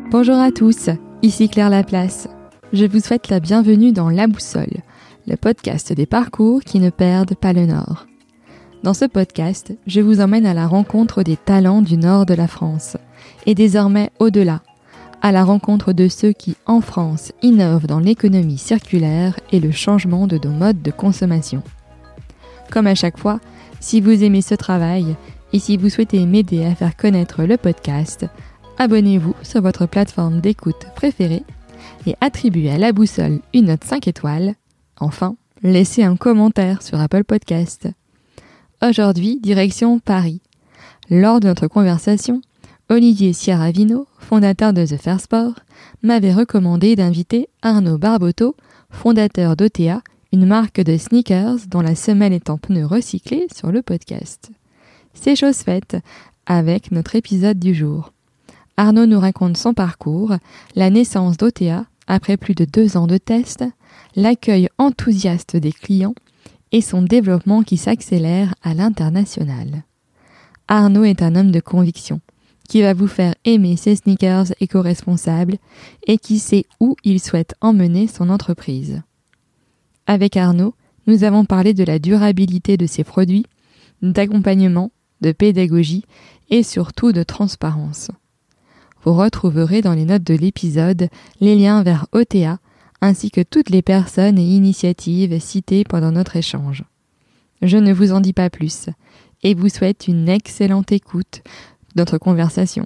Bonjour à tous, ici Claire Laplace. Je vous souhaite la bienvenue dans La Boussole, le podcast des parcours qui ne perdent pas le nord. Dans ce podcast, je vous emmène à la rencontre des talents du nord de la France, et désormais au-delà, à la rencontre de ceux qui, en France, innovent dans l'économie circulaire et le changement de nos modes de consommation. Comme à chaque fois, si vous aimez ce travail et si vous souhaitez m'aider à faire connaître le podcast, abonnez-vous sur votre plateforme d'écoute préférée et attribuez à La Boussole une note 5 étoiles. Enfin, laissez un commentaire sur Apple Podcast. Aujourd'hui, direction Paris. Lors de notre conversation, Olivier Ciaravino, fondateur de The Fair Sport, m'avait recommandé d'inviter Arnaud Barboteau, fondateur d'OTA, une marque de sneakers dont la semelle est en pneus recyclés, sur le podcast. C'est chose faite avec notre épisode du jour. Arnaud nous raconte son parcours, la naissance d'OTA après plus de 2 ans de tests, l'accueil enthousiaste des clients et son développement qui s'accélère à l'international. Arnaud est un homme de conviction qui va vous faire aimer ses sneakers éco-responsables et qui sait où il souhaite emmener son entreprise. Avec Arnaud, nous avons parlé de la durabilité de ses produits, d'accompagnement, de pédagogie et surtout de transparence. Vous retrouverez dans les notes de l'épisode les liens vers OTA ainsi que toutes les personnes et initiatives citées pendant notre échange. Je ne vous en dis pas plus et vous souhaite une excellente écoute de notre conversation.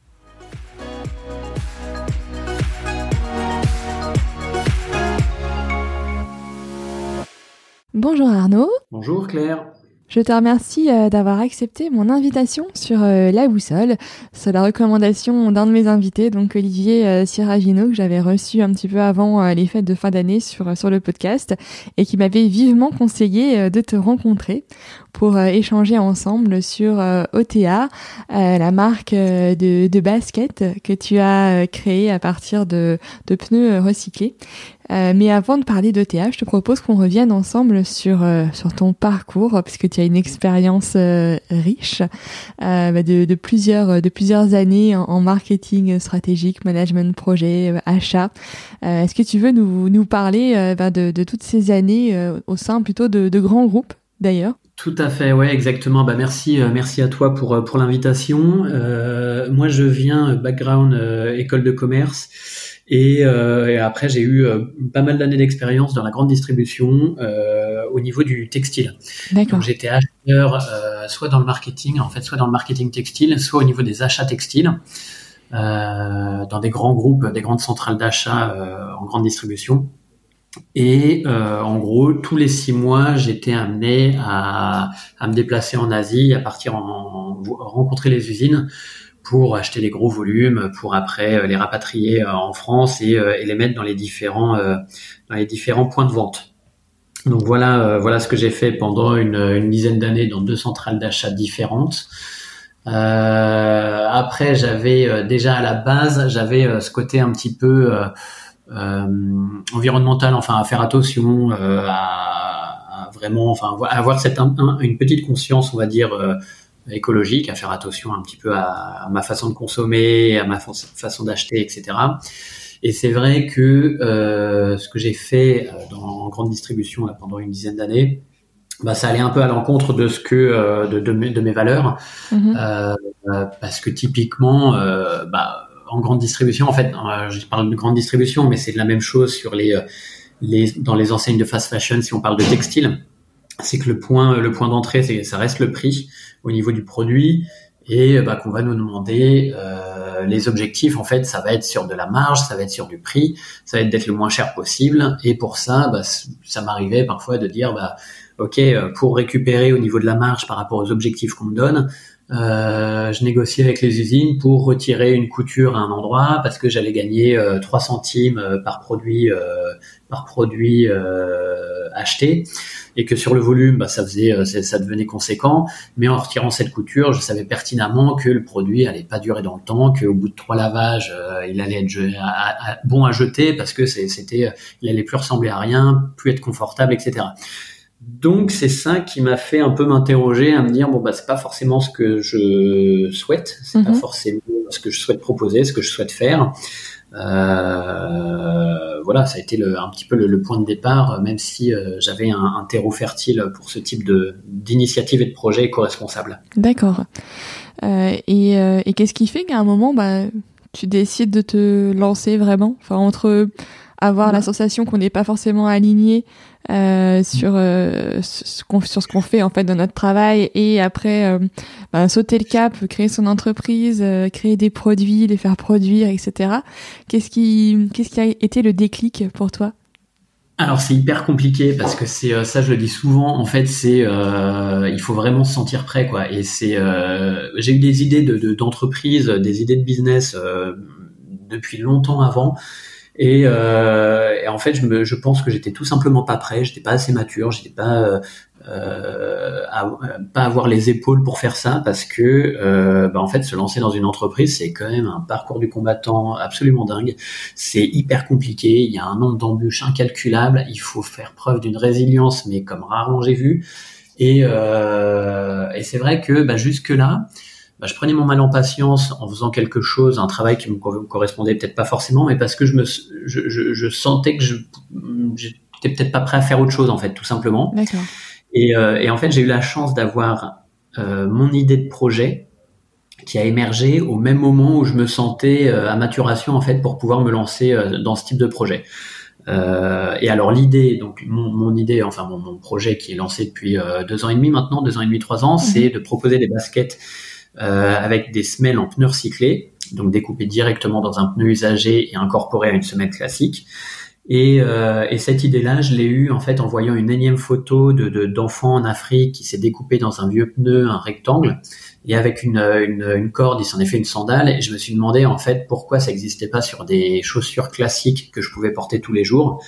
Bonjour Arnaud. Bonjour Claire. Je te remercie d'avoir accepté mon invitation sur La Boussole, sur la recommandation d'un de mes invités, donc Olivier Ciaravino, que j'avais reçu un petit peu avant les fêtes de fin d'année sur le podcast et qui m'avait vivement conseillé de te rencontrer pour échanger ensemble sur OTA, la marque de basket que tu as créée à partir de pneus recyclés. Mais avant de parler d'OTA, je te propose qu'on revienne ensemble sur ton parcours, puisque tu as une expérience riche de plusieurs années en marketing stratégique, management projet, achat. Est-ce que tu veux nous parler de toutes ces années au sein plutôt de grands groupes d'ailleurs? Tout à fait, ouais, exactement. Merci à toi pour l'invitation. Moi, je viens background école de commerce. Et après, j'ai eu pas mal d'années d'expérience dans la grande distribution au niveau du textile. D'accord. Donc, j'étais acheteur soit dans le marketing, soit dans le marketing textile, soit au niveau des achats textiles, dans des grands groupes, des grandes centrales d'achat en grande distribution. Et en gros, tous les 6 mois, j'étais amené à me déplacer en Asie, à partir rencontrer les usines pour acheter des gros volumes, pour après les rapatrier en France et les mettre dans les différents points de vente. Donc voilà ce que j'ai fait pendant une dizaine d'années dans 2 centrales d'achat différentes. Après, j'avais déjà à la base, ce côté un petit peu environnemental, à faire attention, à vraiment, avoir une petite conscience, on va dire, écologique, à faire attention un petit peu à ma façon de consommer, à ma façon d'acheter, etc. Et c'est vrai que ce que j'ai fait en grande distribution là, pendant une dizaine d'années, ça allait un peu à l'encontre de ce que de mes valeurs, parce que typiquement, en grande distribution, je parle de grande distribution, mais c'est de la même chose sur dans les enseignes de fast fashion. Si on parle de textile, c'est que le point d'entrée, ça reste le prix au niveau du produit, et qu'on va nous demander les objectifs. En fait, ça va être sur de la marge, ça va être sur du prix, ça va être d'être le moins cher possible. Et pour ça, ça m'arrivait parfois de dire, ok, pour récupérer au niveau de la marge par rapport aux objectifs qu'on me donne, je négocie avec les usines pour retirer une couture à un endroit parce que j'allais gagner 3 centimes par produit acheté, et que sur le volume, ça devenait conséquent. Mais en retirant cette couture, je savais pertinemment que le produit allait pas durer dans le temps, qu'au bout de 3 lavages, il allait être bon à jeter parce que il allait plus ressembler à rien, plus être confortable, etc. Donc c'est ça qui m'a fait un peu m'interroger, à me dire c'est pas forcément ce que je souhaite, c'est pas forcément ce que je souhaite proposer, ce que je souhaite faire. Voilà, ça a été un petit peu le point de départ, même si j'avais un terreau fertile pour ce type d'initiative et de projet éco-responsable. D'accord. Et qu'est-ce qui fait qu'à un moment, tu décides de te lancer vraiment, enfin entre avoir la sensation qu'on n'est pas forcément aligné sur ce qu'on fait en fait dans notre travail, et après sauter le cap, créer son entreprise, créer des produits, les faire produire, etc. Qu'est-ce qui a été le déclic pour toi? Alors c'est hyper compliqué parce que c'est ça, je le dis souvent, en fait c'est il faut vraiment se sentir prêt, quoi. Et c'est j'ai eu des idées d'entreprise, des idées de business depuis longtemps avant. Et en fait, je pense que j'étais tout simplement pas prêt, j'étais pas assez mature, j'étais pas pas avoir les épaules pour faire ça, parce que en fait, se lancer dans une entreprise, c'est quand même un parcours du combattant absolument dingue. C'est hyper compliqué, il y a un nombre d'embûches incalculable, il faut faire preuve d'une résilience, mais comme rarement j'ai vu. Et c'est vrai que jusque là, je prenais mon mal en patience en faisant quelque chose, un travail qui me correspondait peut-être pas forcément, mais parce que je sentais que j'étais peut-être pas prêt à faire autre chose, en fait, tout simplement. D'accord. Et en fait, j'ai eu la chance d'avoir mon idée de projet qui a émergé au même moment où je me sentais à maturation, en fait, pour pouvoir me lancer dans ce type de projet. Et alors l'idée, donc mon idée, enfin mon projet qui est lancé depuis 2 ans et demi maintenant, 2 ans et demi, 3 ans, c'est de proposer des baskets avec des semelles en pneus recyclés, donc découpées directement dans un pneu usagé et incorporées à une semelle classique. Et cette idée-là, je l'ai eue en fait en voyant une énième photo d'enfants en Afrique qui s'est découpé dans un vieux pneu, un rectangle, et avec une corde, il s'en est fait une sandale. Et je me suis demandé en fait pourquoi ça n'existait pas sur des chaussures classiques que je pouvais porter tous les jours.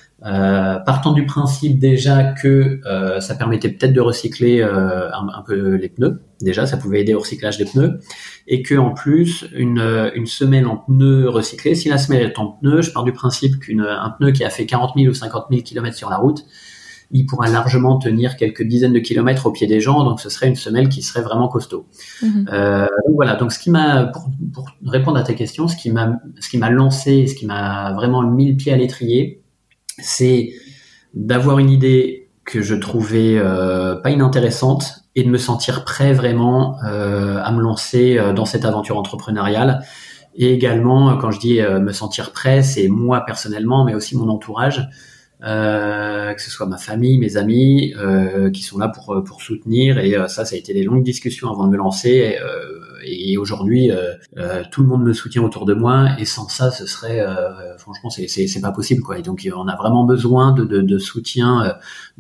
Partant du principe déjà que ça permettait peut-être de recycler un peu les pneus, déjà ça pouvait aider au recyclage des pneus, et que en plus une semelle en pneu recyclé, si la semelle est en pneu, je pars du principe qu'un pneu qui a fait 40 000 ou 50 000 kilomètres sur la route, il pourra largement tenir quelques dizaines de kilomètres au pied des gens, donc ce serait une semelle qui serait vraiment costaud. Donc voilà, donc ce qui m'a, pour répondre à ta question, ce qui m'a lancé, ce qui m'a vraiment mis le pied à l'étrier, c'est d'avoir une idée que je trouvais pas inintéressante et de me sentir prêt vraiment à me lancer dans cette aventure entrepreneuriale. Et également, quand je dis me sentir prêt, c'est moi personnellement, mais aussi mon entourage, que ce soit ma famille, mes amis, qui sont là pour soutenir. Et ça a été des longues discussions avant de me lancer. Et aujourd'hui, tout le monde me soutient autour de moi, et sans ça, ce serait franchement, c'est pas possible, quoi. Et donc, on a vraiment besoin de soutien,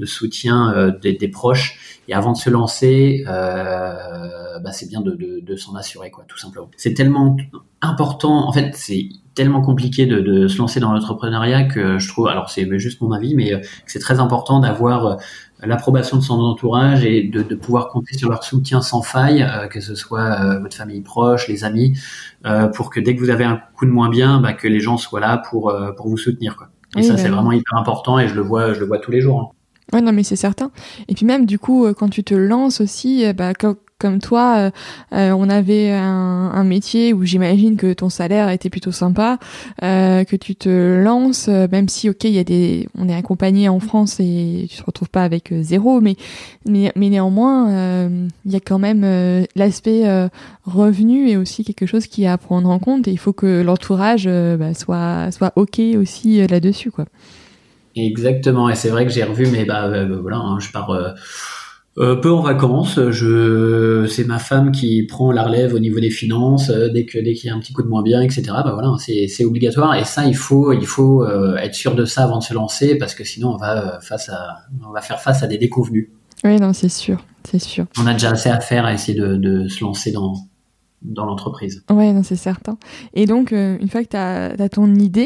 des proches. Et avant de se lancer, c'est bien de s'en assurer, quoi, tout simplement. C'est tellement important. En fait, c'est tellement compliqué de se lancer dans l'entrepreneuriat que je trouve, alors c'est juste mon avis, mais que c'est très important d'avoir l'approbation de son entourage et de pouvoir compter sur leur soutien sans faille, que ce soit votre famille proche, les amis, pour que dès que vous avez un coup de moins bien, que les gens soient là pour vous soutenir, quoi. Et oui, ça, c'est vraiment hyper important, et je le vois tous les jours, hein. Ouais, non, mais c'est certain. Et puis même, du coup, quand tu te lances aussi, comme toi, on avait un métier où j'imagine que ton salaire était plutôt sympa, que tu te lances, même si, ok, on est accompagné en France et tu te retrouves pas avec zéro, mais néanmoins, il y a quand même l'aspect revenu est aussi quelque chose qui est à prendre en compte, et il faut que l'entourage soit ok aussi là-dessus, quoi. Exactement, et c'est vrai que j'ai revu, mais voilà, hein, je pars peu en vacances. C'est ma femme qui prend la relève au niveau des finances dès qu'il y a un petit coup de moins bien, etc. Voilà, c'est obligatoire, et ça il faut être sûr de ça avant de se lancer, parce que sinon on va faire face à des déconvenus. Oui, non, c'est sûr. On a déjà assez à faire à essayer de se lancer dans l'entreprise. Ouais, non, c'est certain. Et donc une fois que t'as ton idée,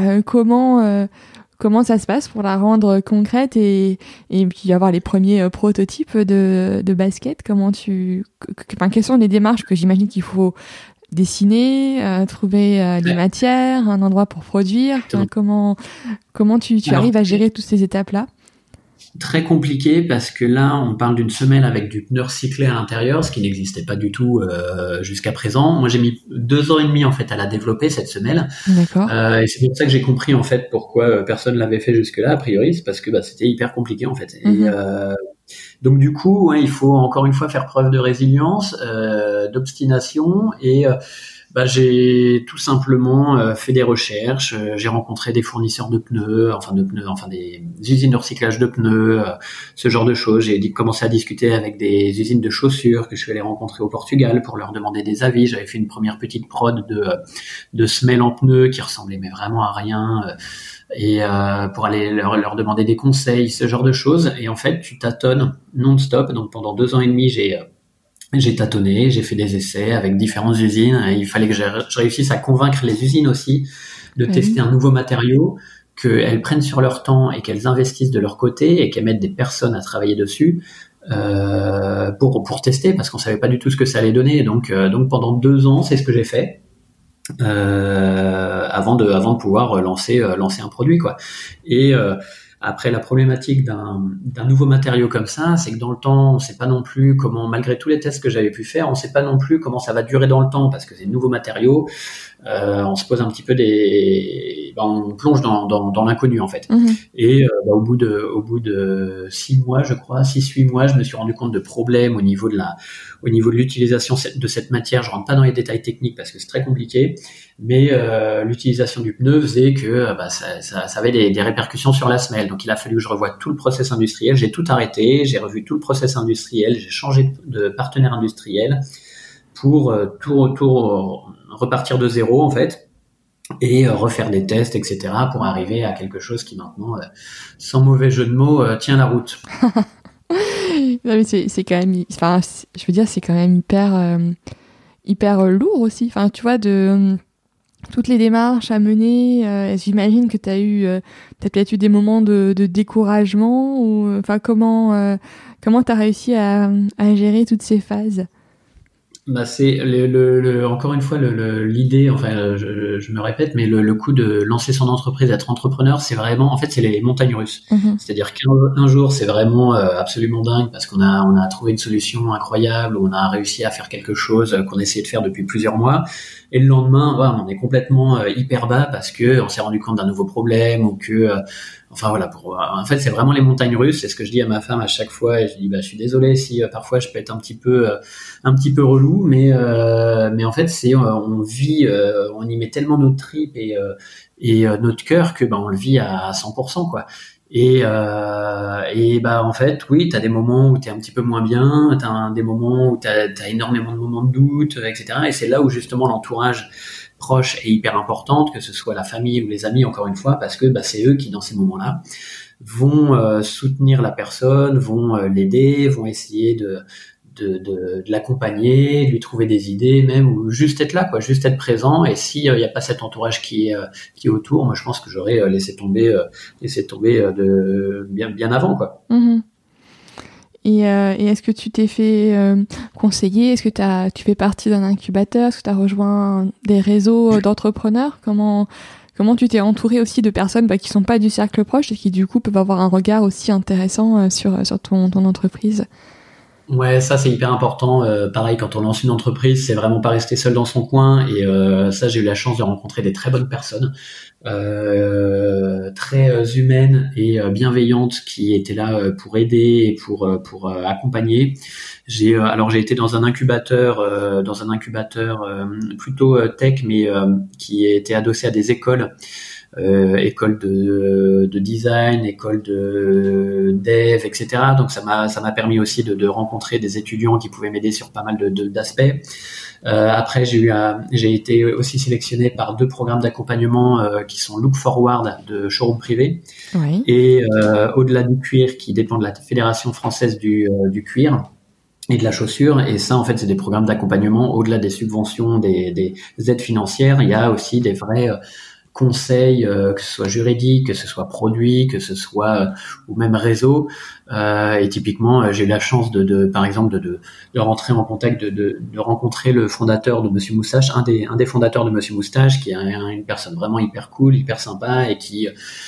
comment ça se passe pour la rendre concrète et puis avoir les premiers prototypes de basket? Quelles sont les démarches que j'imagine qu'il faut dessiner, trouver les matières, un endroit pour produire? Comment tu arrives à gérer toutes ces étapes-là? Très compliqué parce que là, on parle d'une semelle avec du pneu recyclé à l'intérieur, ce qui n'existait pas du tout jusqu'à présent. Moi, j'ai mis 2 ans et demi en fait à la développer cette semelle. D'accord. Et c'est pour ça que j'ai compris en fait pourquoi personne l'avait fait jusque-là. A priori, c'est parce que c'était hyper compliqué en fait. Et, donc du coup, il faut encore une fois faire preuve de résilience, d'obstination et j'ai tout simplement fait des recherches. J'ai rencontré des fournisseurs de pneus, enfin des usines de recyclage de pneus, ce genre de choses. J'ai commencé à discuter avec des usines de chaussures que je suis allé rencontrer au Portugal pour leur demander des avis. J'avais fait une première petite prod de semelles en pneus qui ressemblait mais vraiment à rien. Et pour aller leur demander des conseils, ce genre de choses. Et en fait, tu tâtonnes non-stop. Donc pendant 2 ans et demi, j'ai tâtonné, j'ai fait des essais avec différentes usines. Et il fallait que je réussisse à convaincre les usines aussi de tester un nouveau matériau, qu'elles prennent sur leur temps et qu'elles investissent de leur côté et qu'elles mettent des personnes à travailler dessus pour tester, parce qu'on savait pas du tout ce que ça allait donner. Donc pendant 2 ans, c'est ce que j'ai fait. Avant de pouvoir lancer un produit, quoi. Et après, la problématique d'un nouveau matériau comme ça, c'est que dans le temps, on sait pas non plus comment, malgré tous les tests que j'avais pu faire, on sait pas non plus comment ça va durer dans le temps, parce que c'est de nouveaux matériaux. On se pose un petit peu on plonge dans l'inconnu en fait. Et au bout de 6 mois, je crois, 6-8 mois, je me suis rendu compte de problèmes au niveau de l'utilisation de cette matière. Je rentre pas dans les détails techniques parce que c'est très compliqué, mais l'utilisation du pneu faisait que ça avait des répercussions sur la semelle. Donc il a fallu que je revoie tout le process industriel. J'ai tout arrêté, j'ai revu tout le process industriel, j'ai changé de partenaire industriel pour tout repartir de zéro en fait, et refaire des tests, etc., pour arriver à quelque chose qui maintenant, sans mauvais jeu de mots, tient la route. Non, mais c'est quand même, enfin, je veux dire, c'est quand même hyper lourd aussi. Enfin, tu vois, de toutes les démarches à mener, j'imagine que t'as peut-être eu des moments de découragement, ou enfin, comment t'as réussi à gérer toutes ces phases? C'est encore une fois l'idée, enfin je me répète, mais le coup de lancer son entreprise, d'être entrepreneur, c'est vraiment, en fait, c'est les montagnes russes. C'est-à-dire qu'un jour c'est vraiment absolument dingue parce qu'on a trouvé une solution incroyable, on a réussi à faire quelque chose qu'on essayait de faire depuis plusieurs mois, et le lendemain, on est complètement hyper bas parce que on s'est rendu compte d'un nouveau problème, ou que en fait, c'est vraiment les montagnes russes. C'est ce que je dis à ma femme à chaque fois. Et je dis, je suis désolé si parfois je peux être un petit peu relou, mais en fait, on vit, on y met tellement notre tripes et notre cœur que on le vit à 100%, quoi. Et en fait, oui, t'as des moments où t'es un petit peu moins bien, t'as des moments où t'as énormément de moments de doute, etc. Et c'est là où justement l'entourage proche est hyper importante, que ce soit la famille ou les amis, encore une fois, parce que c'est eux qui, dans ces moments-là, vont soutenir la personne, vont l'aider, vont essayer de l'accompagner, de lui trouver des idées, même, ou juste être là, quoi, juste être présent. Et s'il y a pas cet entourage qui est autour, moi je pense que j'aurais laissé tomber de bien avant, quoi. Et est-ce que tu t'es fait conseiller? Est-ce que tu fais partie d'un incubateur? Est-ce que tu as rejoint des réseaux d'entrepreneurs? Comment tu t'es entouré aussi de personnes qui sont pas du cercle proche et qui du coup peuvent avoir un regard aussi intéressant sur ton entreprise? Ouais, ça c'est hyper important. Pareil, quand on lance une entreprise, c'est vraiment pas rester seul dans son coin. Et ça, j'ai eu la chance de rencontrer des très bonnes personnes, très humaines et bienveillantes, qui étaient là pour aider et pour accompagner. J'ai été dans un incubateur plutôt tech, mais qui était adossé à des écoles. École de design, école de dev, etc. Donc ça m'a permis aussi de rencontrer des étudiants qui pouvaient m'aider sur pas mal d'aspects. Après, j'ai été aussi sélectionné par 2 programmes d'accompagnement qui sont Look Forward de showroom privé, oui, et Au-delà du cuir, qui dépend de la Fédération française du cuir et de la chaussure. Et ça, en fait, c'est des programmes d'accompagnement au-delà des subventions, des aides financières. Il y a aussi des vrais conseils, que ce soit juridique, que ce soit produit, que ce soit ou même réseau. Et typiquement, j'ai eu la chance par exemple de rentrer en contact, de rencontrer le fondateur de Monsieur Moustache, un des fondateurs de Monsieur Moustache, qui est une personne vraiment hyper cool, hyper sympa, et qui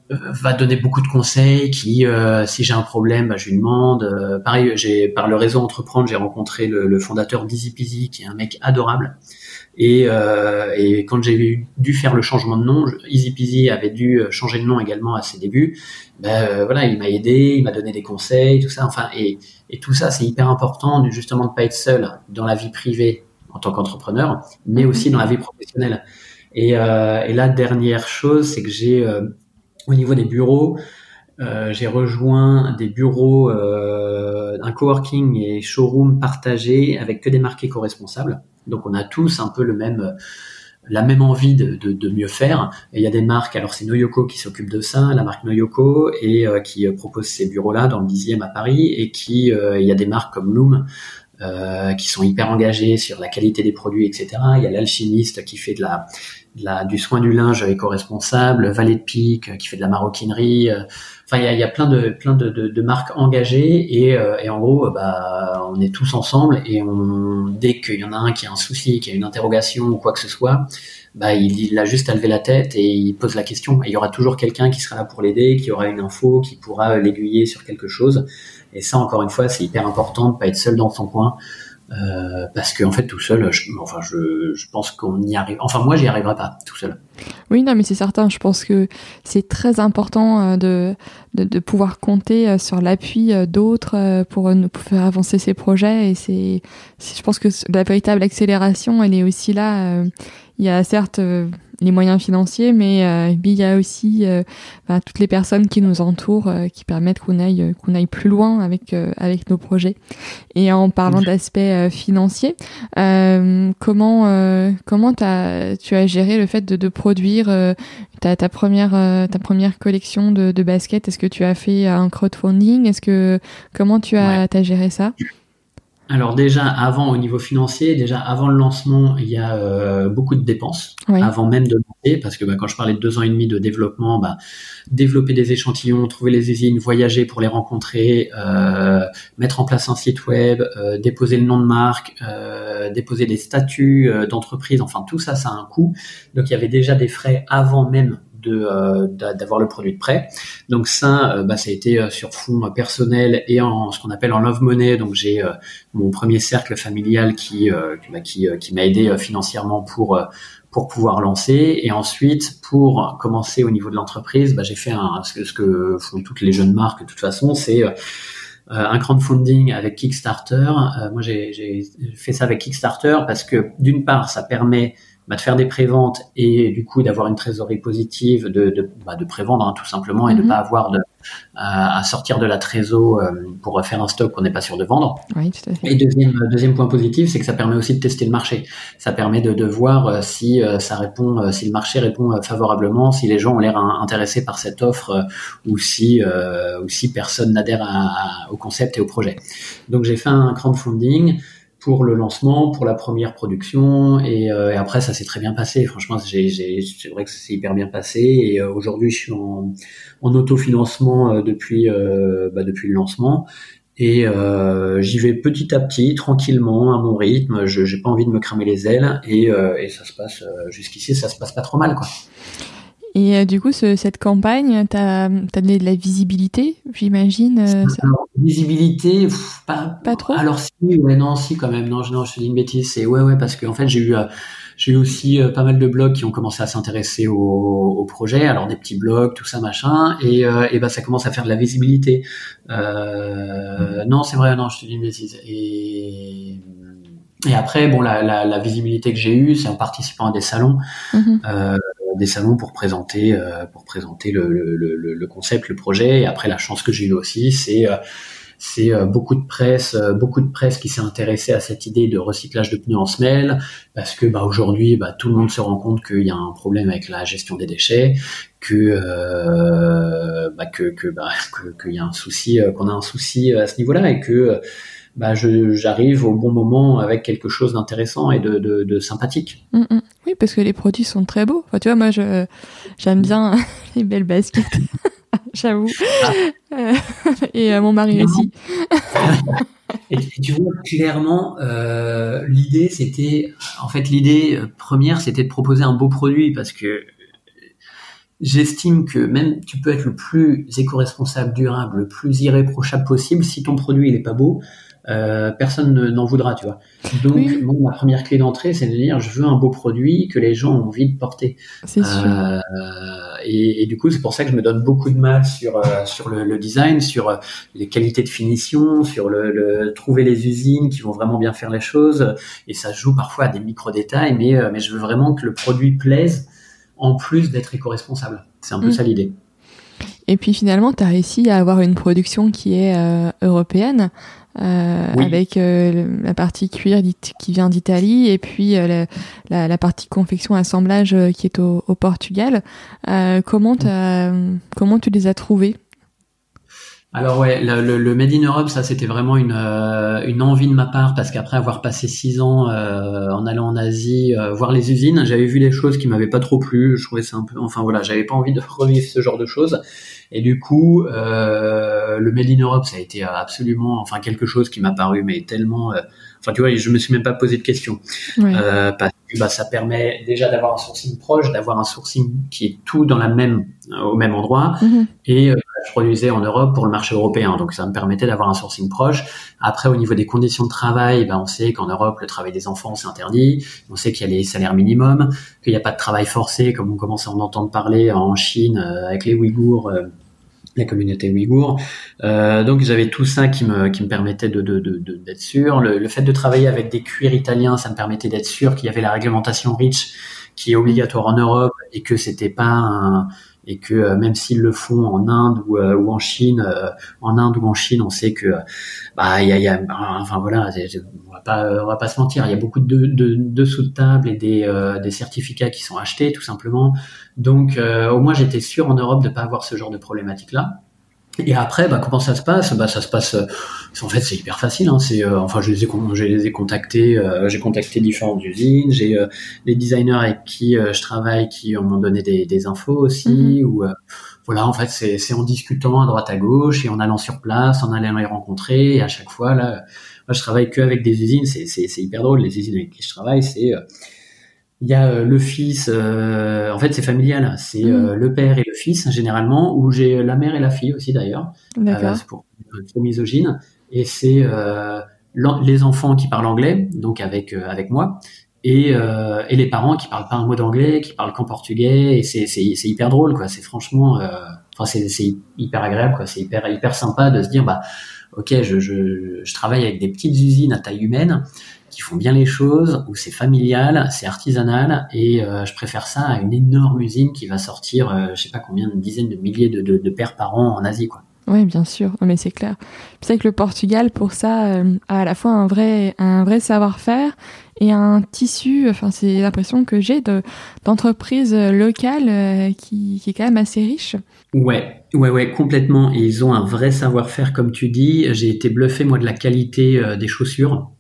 va donner beaucoup de conseils, qui si j'ai un problème, bah, je lui demande. Pareil, par le réseau Entreprendre, j'ai rencontré le fondateur d'Easy Peasy, qui est un mec adorable. Et quand j'ai dû faire le changement de nom, Easy Peasy avait dû changer de nom également à ses débuts. Voilà, il m'a aidé, il m'a donné des conseils, tout ça. Enfin, et tout ça, c'est hyper important, justement, de pas être seul dans la vie privée en tant qu'entrepreneur, mais aussi dans la vie professionnelle. Et la dernière chose, c'est que j'ai au niveau des bureaux, j'ai rejoint des bureaux, un coworking et showroom partagés avec que des marques éco-responsables. Donc on a tous un peu la même envie de mieux faire. Et il y a des marques, alors c'est Noyoko qui s'occupe de ça, la marque Noyoko, et qui propose ces bureaux-là dans le 10e à Paris, et il y a des marques comme Loom, qui sont hyper engagés sur la qualité des produits, etc. Il y a l'Alchimiste qui fait du soin du linge éco-responsable, Vallée de Pique qui fait de la maroquinerie. Enfin, il y a plein de marques engagées, et en gros, on est tous ensemble, et dès qu'il y en a un qui a un souci, qui a une interrogation ou quoi que ce soit, il a juste à lever la tête et il pose la question. Et il y aura toujours quelqu'un qui sera là pour l'aider, qui aura une info, qui pourra l'aiguiller sur quelque chose. Et ça, encore une fois, c'est hyper important de pas être seul dans son coin, parce que en fait, tout seul, je pense qu'on y arrive. Enfin, moi, j'y arriverai pas tout seul. Oui, non, mais c'est certain. Je pense que c'est très important de pouvoir compter sur l'appui d'autres pour faire avancer ses projets. Et je pense que la véritable accélération, elle est aussi là. Il y a certes les moyens financiers, mais il y a aussi toutes les personnes qui nous entourent, qui permettent qu'on aille plus loin avec nos projets. Et en parlant d'aspect financier, comment tu as géré le fait de produire ta première collection de baskets? Est-ce que tu as fait un crowdfunding? Comment t'as géré ça? Alors déjà, au niveau financier, avant le lancement, il y a beaucoup de dépenses, avant même de lancer, parce que quand je parlais de 2 ans et demi de développement, développer des échantillons, trouver les usines, voyager pour les rencontrer, mettre en place un site web, déposer le nom de marque, déposer des statuts d'entreprise, enfin tout ça, ça a un coût. Donc il y avait déjà des frais avant même d'avoir le produit de prêt. Donc ça a été sur fonds personnels et en ce qu'on appelle en love money. Donc j'ai mon premier cercle familial qui m'a aidé financièrement pour pouvoir lancer. Et ensuite, pour commencer au niveau de l'entreprise, j'ai fait ce que font toutes les jeunes marques de toute façon, c'est un crowdfunding avec Kickstarter. Moi j'ai fait ça avec Kickstarter parce que d'une part ça permet de faire des préventes et du coup d'avoir une trésorerie positive, de prévendre tout simplement, et de pas avoir à sortir de la trésor pour faire un stock qu'on n'est pas sûr de vendre. Oui, tout à fait. Et deuxième point positif, c'est que ça permet aussi de tester le marché. Ça permet de voir si ça répond, si le marché répond favorablement, si les gens ont l'air intéressés par cette offre, ou si personne n'adhère au concept et au projet. Donc j'ai fait un crowdfunding pour le lancement, pour la première production, et après ça s'est très bien passé. Franchement, c'est vrai que ça s'est hyper bien passé, et aujourd'hui je suis en autofinancement depuis le lancement, et j'y vais petit à petit, tranquillement, à mon rythme. J'ai pas envie de me cramer les ailes, et ça se passe jusqu'ici, ça se passe pas trop mal, quoi. Et du coup, cette campagne, t'as donné de la visibilité, j'imagine. Alors, visibilité, pas trop. Alors si, si quand même. Non, je te dis une bêtise. C'est parce que en fait j'ai eu aussi pas mal de blogs qui ont commencé à s'intéresser au projet. Alors des petits blogs, tout ça machin, et ça commence à faire de la visibilité. Non, c'est vrai. Non, je te dis une bêtise. Et après, la visibilité que j'ai eue, c'est en participant à des salons. Des salons pour présenter le concept, le projet. Et après, la chance que j'ai eue aussi, c'est beaucoup de presse qui s'est intéressée à cette idée de recyclage de pneus en semelle, parce que aujourd'hui tout le monde se rend compte qu'il y a un problème avec la gestion des déchets, qu'il y a un souci, qu'on a un souci à ce niveau-là, et que j'arrive au bon moment avec quelque chose d'intéressant et de sympathique. Oui, parce que les produits sont très beaux. Enfin, tu vois, moi, j'aime bien les belles baskets, j'avoue. Et mon mari aussi. Et tu vois, clairement, l'idée première, c'était de proposer un beau produit, parce que j'estime que même tu peux être le plus éco-responsable, durable, le plus irréprochable possible, si ton produit il est pas beau, personne n'en voudra, tu vois. Donc, Oui. moi, ma première clé d'entrée, c'est de dire, je veux un beau produit que les gens ont envie de porter. C'est sûr. Et du coup, c'est pour ça que je me donne beaucoup de mal sur le design, sur les qualités de finition, sur trouver les usines qui vont vraiment bien faire les choses. Et ça se joue parfois à des micro-détails, mais je veux vraiment que le produit plaise, en plus d'être éco-responsable. C'est un peu ça l'idée. Et puis finalement, tu as réussi à avoir une production qui est européenne, Oui. avec la partie cuir qui vient d'Italie et puis la partie confection assemblage qui est au Portugal. Comment tu les as trouvés? Alors ouais, le Made in Europe, ça c'était vraiment une envie de ma part, parce qu'après avoir passé 6 ans en allant en Asie, voir les usines, j'avais vu des choses qui m'avaient pas trop plu. Je trouvais ça un peu, enfin voilà, j'avais pas envie de revivre ce genre de choses. Et du coup, le Made in Europe, ça a été absolument, enfin quelque chose qui m'a paru mais tellement, enfin tu vois, je me suis même pas posé de questions, Ouais. parce que ça permet déjà d'avoir un sourcing proche, d'avoir un sourcing qui est tout au même endroit. Et je produisais en Europe pour le marché européen, donc ça me permettait d'avoir un sourcing proche. Après, au niveau des conditions de travail, on sait qu'en Europe, le travail des enfants, c'est interdit. On sait qu'il y a les salaires minimums, qu'il n'y a pas de travail forcé, comme on commence à en entendre parler en Chine avec les Ouïghours, la communauté ouïghour. Donc j'avais tout ça qui me permettait d'être sûr. Le fait de travailler avec des cuirs italiens, ça me permettait d'être sûr qu'il y avait la réglementation REACH qui est obligatoire en Europe, et que c'était pas et que même s'ils le font en Inde ou en Chine, on sait que enfin voilà, on va pas se mentir, il y a beaucoup de dessous de table et des certificats qui sont achetés tout simplement. Donc au moins j'étais sûr en Europe de pas avoir ce genre de problématique là. Et après, comment ça se passe? Ça se passe. En fait, c'est hyper facile. Hein. Enfin, je les ai contactés. J'ai contacté différentes usines. J'ai les designers avec qui je travaille qui m'ont donné des infos aussi. Ou voilà, en fait, c'est en discutant à droite à gauche et en allant sur place, en allant les rencontrer. Et à chaque fois, là, moi, je travaille que avec des usines. C'est hyper drôle. Les usines avec qui je travaille, il y a le fils, en fait c'est familial, c'est le père et le fils généralement, ou j'ai la mère et la fille aussi d'ailleurs. C'est pour trop misogyne, et c'est les enfants qui parlent anglais, donc avec moi, et les parents qui parlent pas un mot d'anglais, qui parlent qu'en portugais, et c'est hyper drôle quoi. C'est franchement, c'est hyper agréable quoi. C'est hyper sympa de se dire ok, je travaille avec des petites usines à taille humaine qui font bien les choses, où c'est familial, c'est artisanal, et je préfère ça à une énorme usine qui va sortir, je sais pas combien, une dizaine de milliers de paires par an en Asie, quoi. Oui, bien sûr, mais c'est clair. C'est que le Portugal, pour ça, a à la fois un vrai savoir-faire et un tissu, enfin, c'est l'impression que j'ai d'entreprises locales qui est quand même assez riche. Ouais, complètement. Et ils ont un vrai savoir-faire, comme tu dis. J'ai été bluffé, moi, de la qualité des chaussures.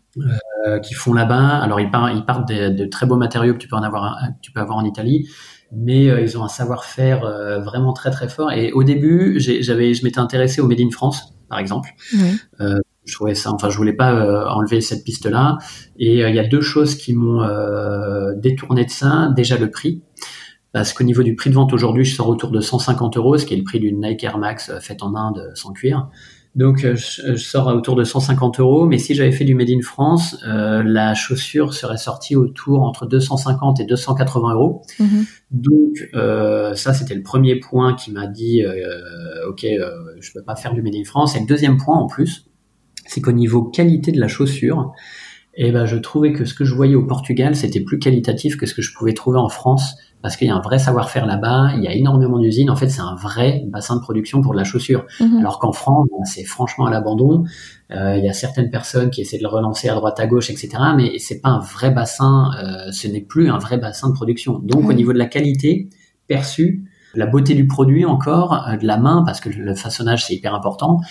Qui font là-bas. Alors ils partent de très beaux matériaux que tu peux avoir en Italie, mais ils ont un savoir-faire vraiment très très fort. Et au début, je m'étais intéressé au Made in France, par exemple. Oui. Je trouvais ça, enfin je voulais pas enlever cette piste-là. Et il y a deux choses qui m'ont détourné de ça. Déjà le prix. Parce qu'au niveau du prix de vente aujourd'hui, je sors autour de 150 €, ce qui est le prix d'une Nike Air Max faite en Inde sans cuir. Donc je sors autour de 150 €, mais si j'avais fait du Made in France, la chaussure serait sortie autour entre 250 et 280 €. Donc ça c'était le premier point qui m'a dit ok, je peux pas faire du Made in France. Et le deuxième point en plus, c'est qu'au niveau qualité de la chaussure, je trouvais que ce que je voyais au Portugal, c'était plus qualitatif que ce que je pouvais trouver en France, parce qu'il y a un vrai savoir-faire là-bas, il y a énormément d'usines. En fait, c'est un vrai bassin de production pour de la chaussure. Alors qu'en France, c'est franchement à l'abandon. Il y a certaines personnes qui essaient de le relancer à droite à gauche, etc. Mais c'est pas un vrai bassin, ce n'est plus un vrai bassin de production. Donc, au niveau de la qualité perçue, la beauté du produit encore, de la main, parce que le façonnage, c'est hyper important,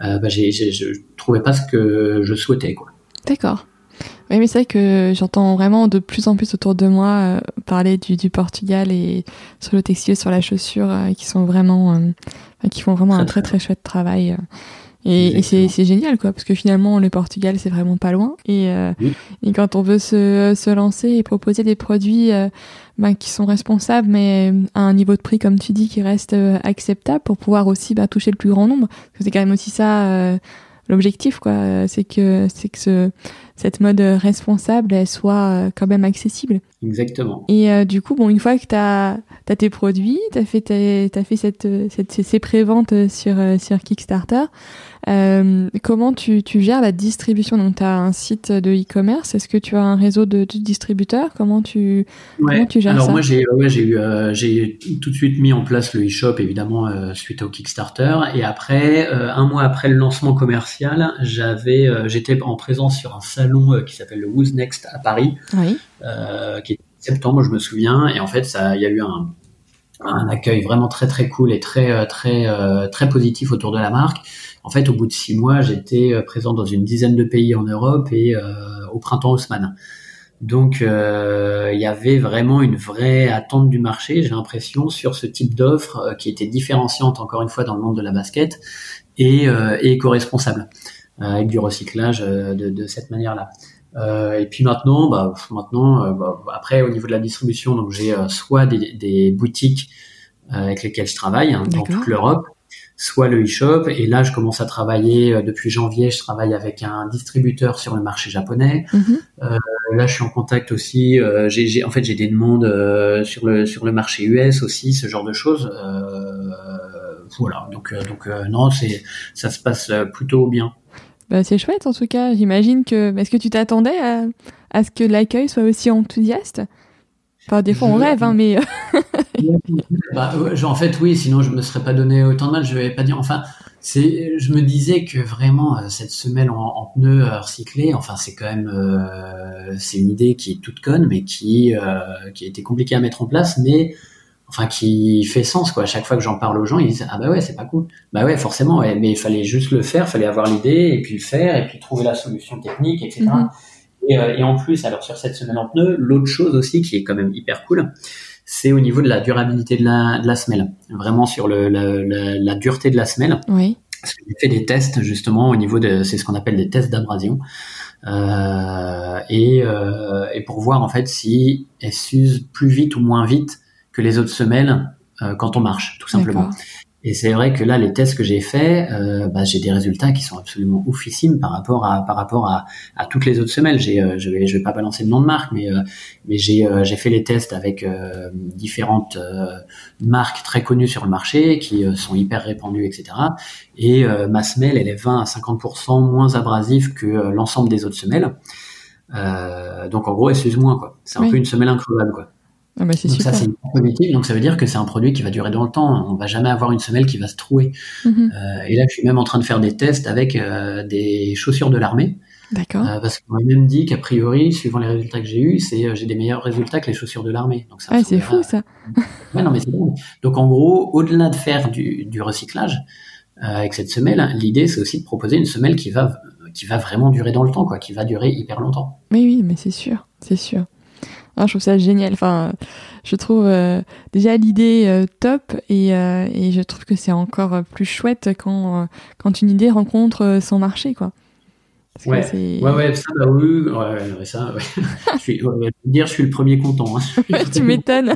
je trouvais pas ce que je souhaitais, quoi. D'accord. Oui, mais c'est vrai que j'entends vraiment de plus en plus autour de moi parler du Portugal et sur le textile, sur la chaussure, qui font vraiment un très très chouette travail. Et c'est génial, quoi, parce que finalement, le Portugal, c'est vraiment pas loin. Et quand on veut se lancer et proposer des produits qui sont responsables, mais à un niveau de prix, comme tu dis, qui reste acceptable pour pouvoir aussi toucher le plus grand nombre. Parce que c'est quand même aussi ça l'objectif, quoi. C'est que cette mode responsable, elle soit quand même accessible. Exactement. Et du coup, une fois que t'as tes produits, t'as fait ces préventes sur Kickstarter, comment tu gères la distribution? Donc, t'as un site de e-commerce. Est-ce que tu as un réseau de distributeurs? Comment tu gères ça? Alors moi, j'ai tout de suite mis en place le e-shop, évidemment, suite au Kickstarter. Et après, un mois après le lancement commercial, j'étais en présence sur un salon qui s'appelle le Who's Next à Paris, oui. Qui est septembre, je me souviens. Et en fait, il y a eu un accueil vraiment très très cool et très positif autour de la marque. En fait, au bout de 6 mois, j'étais présent dans une dizaine de pays en Europe et au printemps Haussmann. Donc, il y avait vraiment une vraie attente du marché, j'ai l'impression, sur ce type d'offre qui était différenciante, encore une fois, dans le monde de la basket et éco-responsable, avec du recyclage de cette manière-là. Et puis maintenant, après, au niveau de la distribution, donc j'ai soit des boutiques avec lesquelles je travaille dans toute l'Europe, soit le e-shop. Et là, je commence à travailler depuis janvier. Je travaille avec un distributeur sur le marché japonais. Là, je suis en contact aussi. J'ai des demandes sur le marché US aussi, ce genre de choses. Voilà. Donc non, ça se passe plutôt bien. C'est chouette en tout cas. J'imagine que. Est-ce que tu t'attendais à ce que l'accueil soit aussi enthousiaste? Enfin, des fois on rêve, mais. En fait, oui. Sinon, je me serais pas donné autant de mal. Je vais pas dire. Enfin, je me disais que vraiment cette semelle en pneus recyclés. Enfin, c'est quand même. C'est une idée qui est toute conne, mais qui a été compliquée à mettre en place, mais. Enfin, qui fait sens, quoi. À chaque fois que j'en parle aux gens, ils disent, ah bah ouais, c'est pas cool. Bah ouais, forcément, ouais, mais il fallait juste le faire, fallait avoir l'idée, et puis le faire, et puis trouver la solution technique, etc. Et en plus, alors sur cette semelle en pneu, l'autre chose aussi qui est quand même hyper cool, c'est au niveau de la durabilité de la semelle. Vraiment sur la dureté de la semelle. Oui. Parce que j'ai fait des tests, justement, au niveau c'est ce qu'on appelle des tests d'abrasion. Et pour voir, en fait, si elles s'usent plus vite ou moins vite que les autres semelles quand on marche, tout simplement. D'accord. Et c'est vrai que là, les tests que j'ai faits, j'ai des résultats qui sont absolument oufissimes par rapport à toutes les autres semelles. Je vais pas balancer le nom de marque, mais j'ai fait les tests avec différentes marques très connues sur le marché qui sont hyper répandues, etc. Et ma semelle, elle est 20 à 50% moins abrasive que l'ensemble des autres semelles. Donc en gros, elle s'use moins, quoi. C'est un peu une semelle increvable, quoi. Ah c'est donc super. Ça, c'est une positive. Donc ça veut dire que c'est un produit qui va durer dans le temps. On va jamais avoir une semelle qui va se trouer. Et là, je suis même en train de faire des tests avec des chaussures de l'armée. D'accord. Parce qu'on m'a même dit qu'a priori, suivant les résultats que j'ai eus, j'ai des meilleurs résultats que les chaussures de l'armée. Donc ça c'est fou ça. Ouais, non mais c'est bon. Donc en gros, au-delà de faire du recyclage avec cette semelle, l'idée c'est aussi de proposer une semelle qui va vraiment durer dans le temps, quoi, qui va durer hyper longtemps. Oui, mais c'est sûr. Je trouve ça génial. Enfin, je trouve déjà l'idée top et je trouve que c'est encore plus chouette quand une idée rencontre son marché, quoi. Ouais, ça, bah oui, ça, ouais. Je suis le premier content. Tu m'étonnes.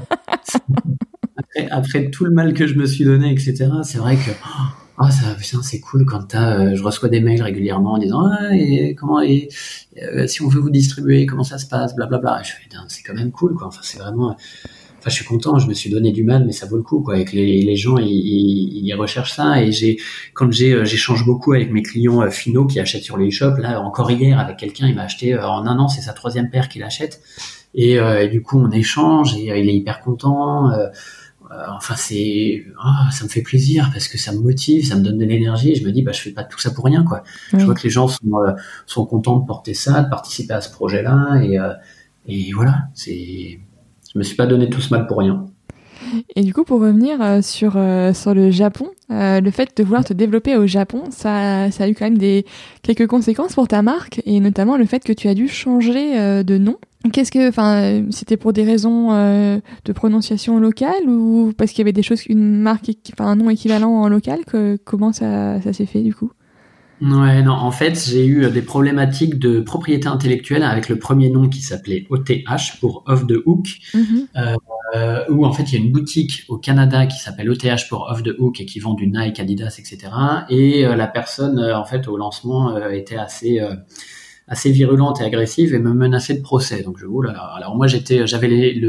Après tout le mal que je me suis donné, etc., c'est vrai que putain, c'est cool quand je reçois des mails régulièrement en disant si on veut vous distribuer, comment ça se passe, blablabla. Je fais, c'est quand même cool, quoi. Enfin, c'est vraiment. Enfin, je suis content. Je me suis donné du mal, mais ça vaut le coup, quoi. Et que les gens ils recherchent ça. Et j'échange beaucoup avec mes clients finaux qui achètent sur les e-shops. Là, encore hier, avec quelqu'un, il m'a acheté en un an, c'est sa 3e paire qu'il achète. Et du coup, on échange et il est hyper content. Enfin, ça me fait plaisir parce que ça me motive, ça me donne de l'énergie et je me dis, je fais pas tout ça pour rien, quoi. Oui. Je vois que les gens sont contents de porter ça, de participer à ce projet-là et voilà, je me suis pas donné tout ce mal pour rien. Et du coup, pour revenir sur le Japon, le fait de vouloir te développer au Japon, ça a eu quand même quelques conséquences pour ta marque et notamment le fait que tu as dû changer de nom. C'était pour des raisons de prononciation locale ou parce qu'il y avait des choses, un nom équivalent en local, comment ça s'est fait du coup? Ouais, non, en fait, j'ai eu des problématiques de propriété intellectuelle avec le premier nom qui s'appelait OTH pour Off the Hook, Mhm. où en fait, il y a une boutique au Canada qui s'appelle OTH pour Off the Hook et qui vend du Nike, Adidas, etc. Et la personne, en fait, au lancement, était assez virulente et agressive et me menaçait de procès. Donc, oh là là. Alors moi, j'avais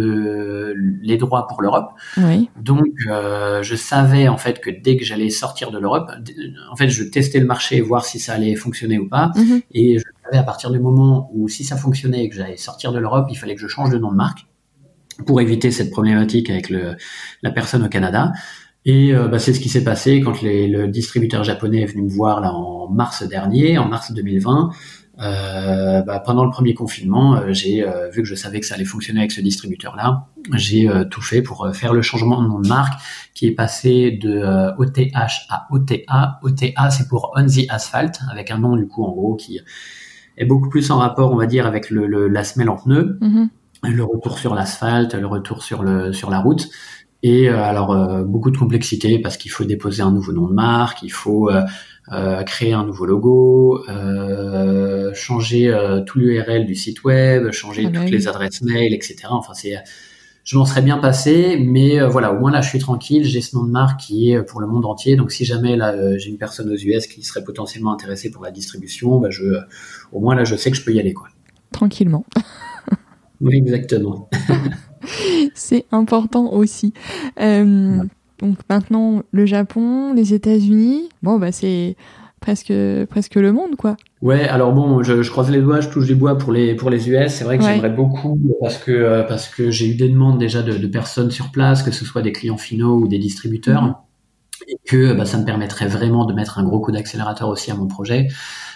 les droits pour l'Europe. Oui. Donc, je savais en fait que dès que j'allais sortir de l'Europe, en fait, je testais le marché, voir si ça allait fonctionner ou pas. Mhm. Et je savais à partir du moment où si ça fonctionnait et que j'allais sortir de l'Europe, il fallait que je change de nom de marque pour éviter cette problématique avec la personne au Canada. Et c'est ce qui s'est passé quand le distributeur japonais est venu me voir là en mars 2020. Pendant le premier confinement, vu que je savais que ça allait fonctionner avec ce distributeur-là, j'ai tout fait pour faire le changement de nom de marque qui est passé de OTH à OTA. OTA, c'est pour On the Asphalt, avec un nom du coup en gros qui est beaucoup plus en rapport, on va dire, avec la semelle en pneu, Mhm. le retour sur l'asphalte, le retour sur la route. Et beaucoup de complexité parce qu'il faut déposer un nouveau nom de marque, il faut créer un nouveau logo, changer tout l'URL du site web, changer toutes les adresses mail, etc. Enfin, je m'en serais bien passé, mais voilà, au moins là, je suis tranquille. J'ai ce nom de marque qui est pour le monde entier. Donc, si jamais là, j'ai une personne aux US qui serait potentiellement intéressée pour la distribution, au moins là, je sais que je peux y aller, quoi. Tranquillement. Oui, exactement. C'est important aussi. Donc maintenant, le Japon, les États-Unis, c'est presque le monde, quoi. Ouais, alors bon, je croise les doigts, je touche du bois pour les US. C'est vrai que j'aimerais beaucoup parce que j'ai eu des demandes déjà de personnes sur place, que ce soit des clients finaux ou des distributeurs, et que ça me permettrait vraiment de mettre un gros coup d'accélérateur aussi à mon projet.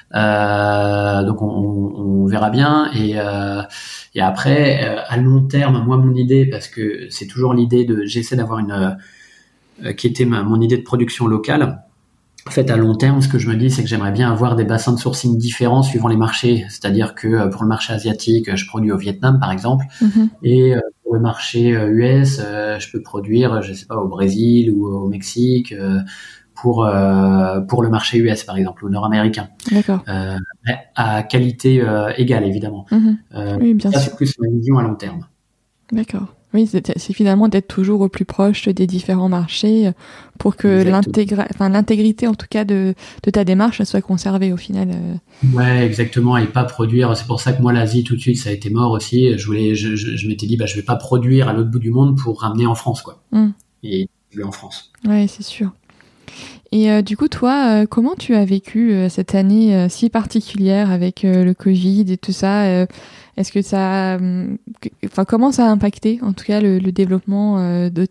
Donc on verra bien et après à long terme, moi mon idée, parce que c'est toujours l'idée j'essaie d'avoir qui était mon idée de production locale. En fait, à long terme, ce que je me dis, c'est que j'aimerais bien avoir des bassins de sourcing différents suivant les marchés. C'est-à-dire que pour le marché asiatique, je produis au Vietnam, par exemple, et pour le marché US, je peux produire, je sais pas, au Brésil ou au Mexique, pour le marché US, par exemple, ou nord-américain. D'accord. À qualité égale, évidemment. Oui, bien sûr. C'est plus ma vision à long terme. D'accord. Oui, c'est finalement d'être toujours au plus proche des différents marchés pour que l'intégrité, en tout cas, de ta démarche soit conservée au final. Ouais, exactement, et pas produire. C'est pour ça que moi, l'Asie, tout de suite, ça a été mort aussi. Je m'étais dit, je vais pas produire à l'autre bout du monde pour ramener en France, quoi. Et en France. Ouais, c'est sûr. Et du coup, toi, comment tu as vécu cette année si particulière avec le Covid et tout ça Est-ce que comment ça a impacté, en tout cas, le développement d'OTA ?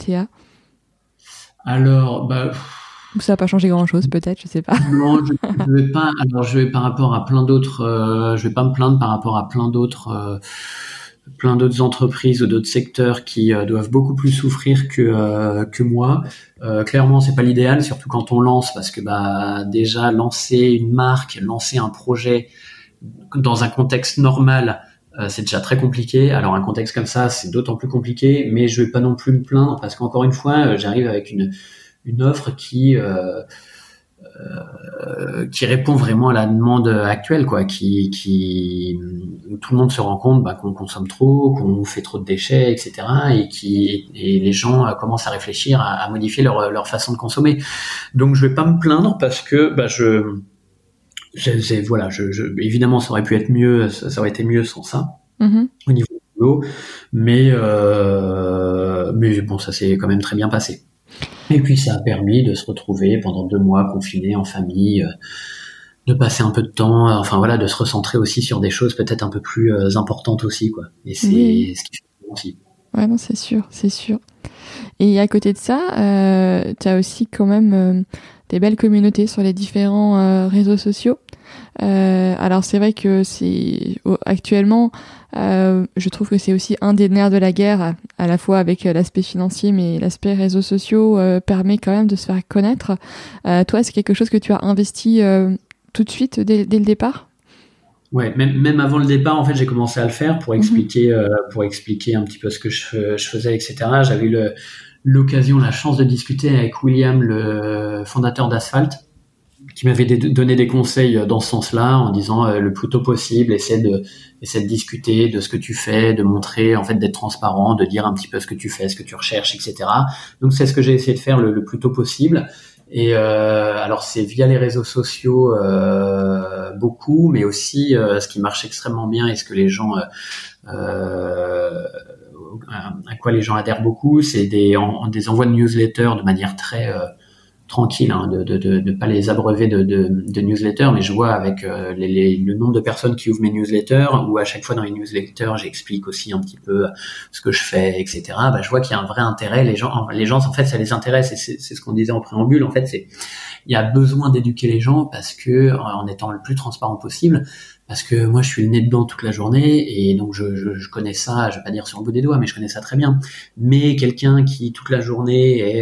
Alors, Ou ça n'a pas changé grand-chose, peut-être, je sais pas. Non, je vais pas. Alors, je vais par rapport à plein d'autres. Je vais pas me plaindre par rapport à plein d'autres entreprises ou d'autres secteurs qui doivent beaucoup plus souffrir que moi. Clairement, c'est pas l'idéal, surtout quand on lance, parce que déjà lancer une marque, lancer un projet dans un contexte normal, c'est déjà très compliqué. Alors un contexte comme ça, c'est d'autant plus compliqué, mais je vais pas non plus me plaindre parce qu'encore une fois, j'arrive avec une offre qui répond vraiment à la demande actuelle, quoi, où tout le monde se rend compte qu'on consomme trop, qu'on fait trop de déchets, etc., et les gens commencent à réfléchir à modifier leur façon de consommer. Donc je vais pas me plaindre parce que évidemment ça aurait pu être mieux, ça aurait été mieux sans ça au niveau du boulot, mais bon, ça s'est quand même très bien passé. Et puis ça a permis de se retrouver pendant 2 mois confinés en famille, de passer un peu de temps, de se recentrer aussi sur des choses peut-être un peu plus importantes aussi, quoi. Et c'est ce qui fait aussi. Ouais, non, c'est sûr. Et à côté de ça, tu as aussi quand même des belles communautés sur les différents réseaux sociaux. Alors c'est vrai que actuellement, je trouve que c'est aussi un des nerfs de la guerre, à la fois avec l'aspect financier, mais l'aspect réseaux sociaux permet quand même de se faire connaître. Toi, c'est quelque chose que tu as investi tout de suite dès le départ ? Ouais, même avant le départ, en fait, j'ai commencé à le faire pour expliquer un petit peu ce que je faisais, etc. J'avais eu l'occasion, la chance de discuter avec William, le fondateur d'Asphalt, m'avait donné des conseils dans ce sens-là, en disant le plus tôt possible, essaie de discuter de ce que tu fais, de montrer, en fait, d'être transparent, de dire un petit peu ce que tu fais, ce que tu recherches, etc. Donc c'est ce que j'ai essayé de faire le plus tôt possible. Et alors c'est via les réseaux sociaux beaucoup, mais aussi ce qui marche extrêmement bien et ce que les gens à quoi les gens adhèrent beaucoup, c'est des envois de newsletters de manière très tranquille, hein, de pas les abreuver de newsletters, mais je vois avec le nombre de personnes qui ouvrent mes newsletters, où à chaque fois dans les newsletters j'explique aussi un petit peu ce que je fais, etc. Bah, je vois qu'il y a un vrai intérêt. Les gens en fait ça les intéresse, et c'est ce qu'on disait en préambule. En fait, il y a besoin d'éduquer les gens parce que en étant le plus transparent possible. Parce que moi, je suis le nez dedans toute la journée, et donc je connais ça, je vais pas dire sur le bout des doigts, mais je connais ça très bien. Mais quelqu'un qui toute la journée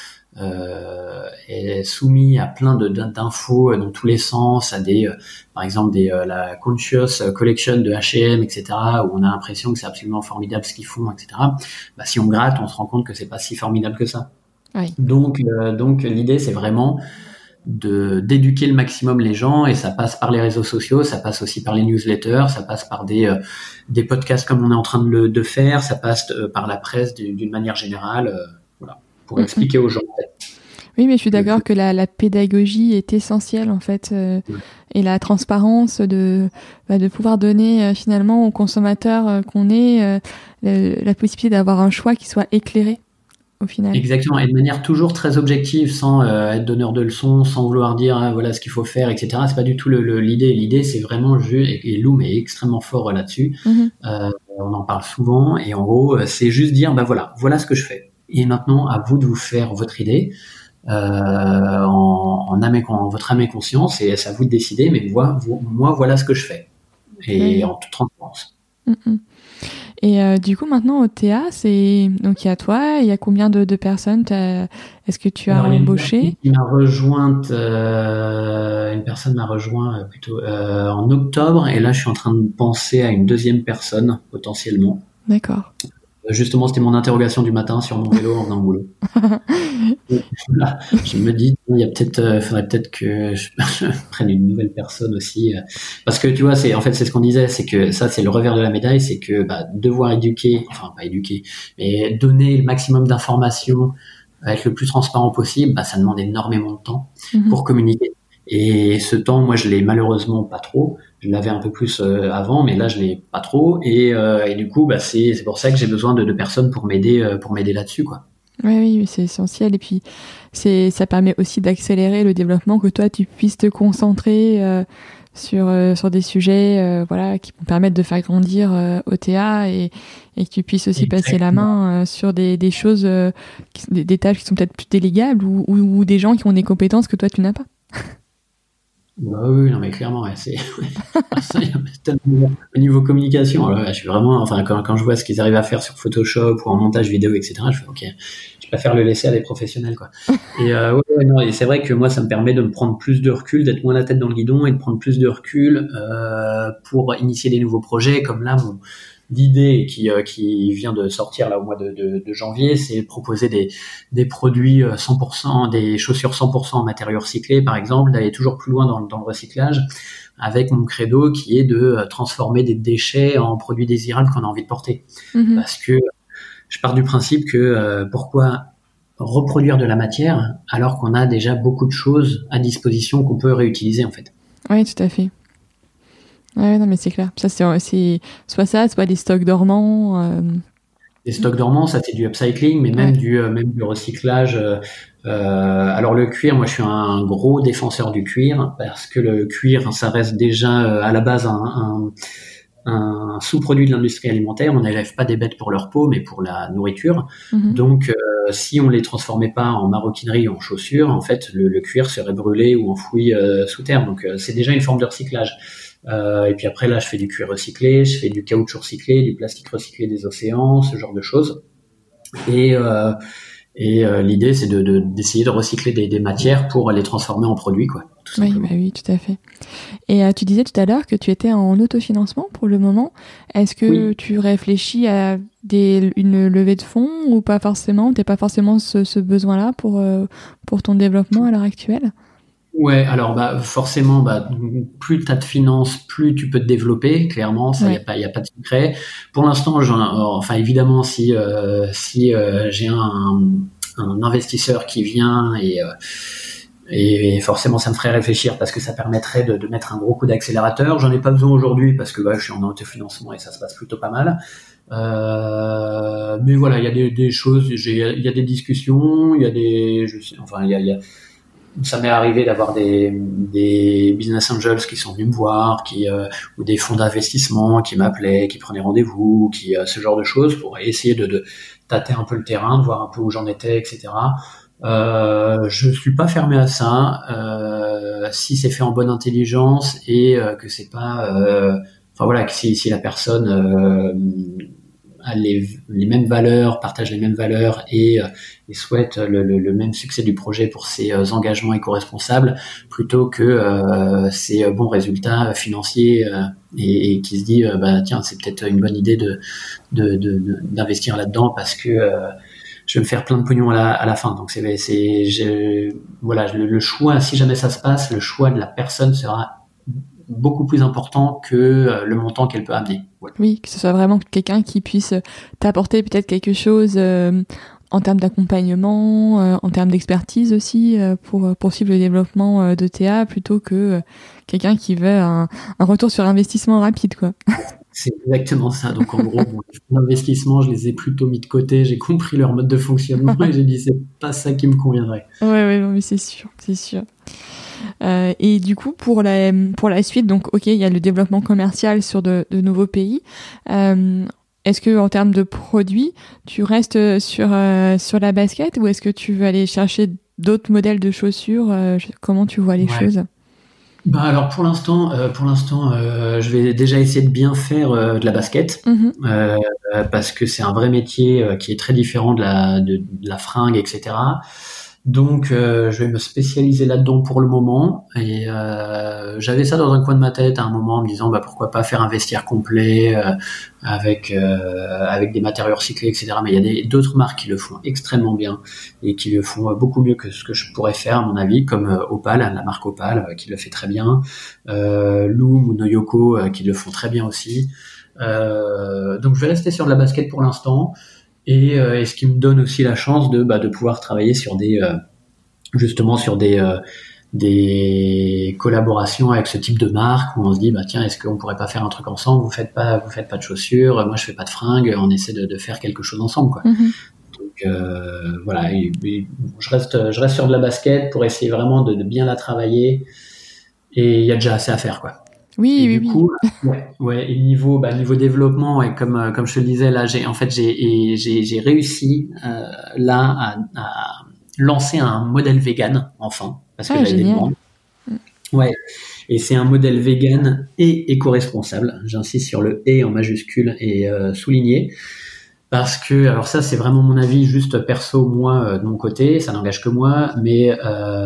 est soumis à plein d'infos dans tous les sens, à par exemple la Conscious Collection de H&M, etc., où on a l'impression que c'est absolument formidable ce qu'ils font, etc. Bah, si on gratte, on se rend compte que c'est pas si formidable que ça. Oui. Donc l'idée, c'est vraiment d'éduquer le maximum les gens, et ça passe par les réseaux sociaux, ça passe aussi par les newsletters, ça passe par des podcasts comme on est en train de faire, ça passe par la presse d'une manière générale, voilà, pour expliquer aux gens. En fait. Oui, mais je suis d'accord que la pédagogie est essentielle, en fait, et la transparence de pouvoir donner finalement aux consommateurs qu'on est la possibilité d'avoir un choix qui soit éclairé. Au final. Exactement, et de manière toujours très objective, sans être donneur de leçons, sans vouloir dire voilà ce qu'il faut faire, etc. C'est pas du tout l'idée. L'idée, c'est vraiment et Loom est extrêmement fort là-dessus. On en parle souvent, et en gros, c'est juste dire voilà ce que je fais. Et maintenant, à vous de vous faire votre idée en votre âme et conscience, et c'est à vous de décider. Mais moi, voilà ce que je fais, et en toute transparence. Et du coup, maintenant, au TA, donc il y a toi, il y a combien de personnes est-ce que tu as embauché? Une personne m'a rejoint plutôt en octobre, et là, je suis en train de penser à une deuxième personne, potentiellement. D'accord. Justement, c'était mon interrogation du matin sur mon vélo en venant au boulot. Là, je me dis, faudrait peut-être que je prenne une nouvelle personne aussi, parce que tu vois, c'est ce qu'on disait, c'est que ça, c'est le revers de la médaille, c'est que devoir pas éduquer, mais donner le maximum d'informations, être le plus transparent possible, ça demande énormément de temps pour communiquer. Et ce temps, moi, je l'ai malheureusement pas trop. Je l'avais un peu plus avant, mais là, je l'ai pas trop. Et du coup, c'est pour ça que j'ai besoin de personnes pour m'aider là-dessus, quoi. Oui, c'est essentiel. Et puis, ça permet aussi d'accélérer le développement, que toi, tu puisses te concentrer sur des sujets qui vont permettre de faire grandir OTA, et que tu puisses aussi passer la main sur des choses, des tâches qui sont peut-être plus délégables, ou des gens qui ont des compétences que toi, tu n'as pas. Oui, non, mais clairement, c'est ça, au niveau communication, alors, je suis vraiment, quand je vois ce qu'ils arrivent à faire sur Photoshop ou en montage vidéo, etc., je fais ok, je préfère le laisser à des professionnels, quoi. Et non, et c'est vrai que moi, ça me permet de me prendre plus de recul, d'être moins la tête dans le guidon, et de prendre plus de recul pour initier des nouveaux projets, comme là l'idée qui vient de sortir là au mois de janvier, c'est proposer des produits 100%, des chaussures 100% en matériaux recyclés, par exemple, d'aller toujours plus loin dans le recyclage, avec mon credo qui est de transformer des déchets en produits désirables qu'on a envie de porter. Parce que je pars du principe que pourquoi reproduire de la matière alors qu'on a déjà beaucoup de choses à disposition qu'on peut réutiliser, en fait. Oui, tout à fait. Ouais, non, mais c'est clair. Ça, c'est soit des stocks dormants. Les stocks dormants, ça c'est du upcycling, mais même du recyclage. Alors le cuir, moi je suis un gros défenseur du cuir, parce que le cuir, ça reste déjà à la base un sous-produit de l'industrie alimentaire. On n'élève pas des bêtes pour leur peau, mais pour la nourriture. Donc si on les transformait pas en maroquinerie ou en chaussures, en fait le cuir serait brûlé ou enfoui sous terre. Donc c'est déjà une forme de recyclage. Et puis après, là, je fais du cuir recyclé, je fais du caoutchouc recyclé, du plastique recyclé des océans, ce genre de choses. Et l'idée, c'est d'essayer de recycler des matières pour les transformer en produits, quoi. Tout simplement. Oui, tout à fait. Et tu disais tout à l'heure que tu étais en autofinancement pour le moment. Est-ce que tu réfléchis à une levée de fonds, ou pas forcément? T'as pas forcément ce besoin-là pour ton développement à l'heure actuelle? Ouais, alors forcément, plus tu as de finances, plus tu peux te développer. Clairement, ça, y a pas de secret. Pour l'instant, enfin évidemment, si j'ai un investisseur qui vient et forcément, ça me ferait réfléchir parce que ça permettrait de mettre un gros coup d'accélérateur. J'en ai pas besoin aujourd'hui parce que je suis en autofinancement et ça se passe plutôt pas mal. Mais voilà, il y a des choses, il y a des discussions, il y a ça m'est arrivé d'avoir des business angels qui sont venus me voir, ou des fonds d'investissement qui m'appelaient, qui prenaient rendez-vous, ce genre de choses pour essayer de tâter un peu le terrain, de voir un peu où j'en étais, etc. Je suis pas fermé à ça. Si c'est fait en bonne intelligence et que c'est pas, que si la personne a les mêmes valeurs, partage les mêmes valeurs et souhaite le même succès du projet pour ses engagements éco-responsables, plutôt que ses bons résultats financiers et qui se dit tiens, c'est peut-être une bonne idée d'investir là-dedans parce que je vais me faire plein de pognon à la fin. Donc le choix, si jamais ça se passe, le choix de la personne sera beaucoup plus important que le montant qu'elle peut amener. Voilà. Oui, que ce soit vraiment quelqu'un qui puisse t'apporter peut-être quelque chose en termes d'accompagnement, en termes d'expertise aussi, pour poursuivre le développement d'ETA, plutôt que quelqu'un qui veut un retour sur investissement rapide, quoi. C'est exactement ça. Donc en gros, les fonds d'investissement, je les ai plutôt mis de côté, j'ai compris leur mode de fonctionnement et j'ai dit c'est pas ça qui me conviendrait. Ouais, non, mais c'est sûr. Et du coup, pour la suite, donc ok, il y a le développement commercial sur de nouveaux pays. Est-ce que en termes de produits, tu restes sur la basket ou est-ce que tu veux aller chercher d'autres modèles de chaussures? Comment tu vois les choses? Alors pour l'instant, je vais déjà essayer de bien faire de la basket, parce que c'est un vrai métier qui est très différent de la fringue, etc. Donc je vais me spécialiser là-dedans pour le moment et j'avais ça dans un coin de ma tête à un moment en me disant pourquoi pas faire un vestiaire complet avec des matériaux recyclés, etc. Mais il y a d'autres marques qui le font extrêmement bien et qui le font beaucoup mieux que ce que je pourrais faire à mon avis, comme Opal, la marque Opal qui le fait très bien, Loom ou Noyoko qui le font très bien aussi. Donc je vais rester sur de la basket pour l'instant. Et ce qui me donne aussi la chance de pouvoir travailler sur des collaborations avec ce type de marque où on se dit tiens, est-ce qu'on pourrait pas faire un truc ensemble, vous faites pas de chaussures, moi je fais pas de fringues, on essaie de faire quelque chose ensemble, quoi. Donc voilà, et je reste sur de la basket pour essayer vraiment de bien la travailler et il y a déjà assez à faire, quoi. Oui, et du coup, ouais, et niveau développement, et comme je te le disais, là, j'ai réussi là à lancer un modèle vegan, enfin, parce que j'avais des demandes. Ouais, et c'est un modèle vegan et éco-responsable. J'insiste sur le « et » en majuscule et souligné, parce que, alors ça, c'est vraiment mon avis juste perso, moi, de mon côté, ça n'engage que moi, mais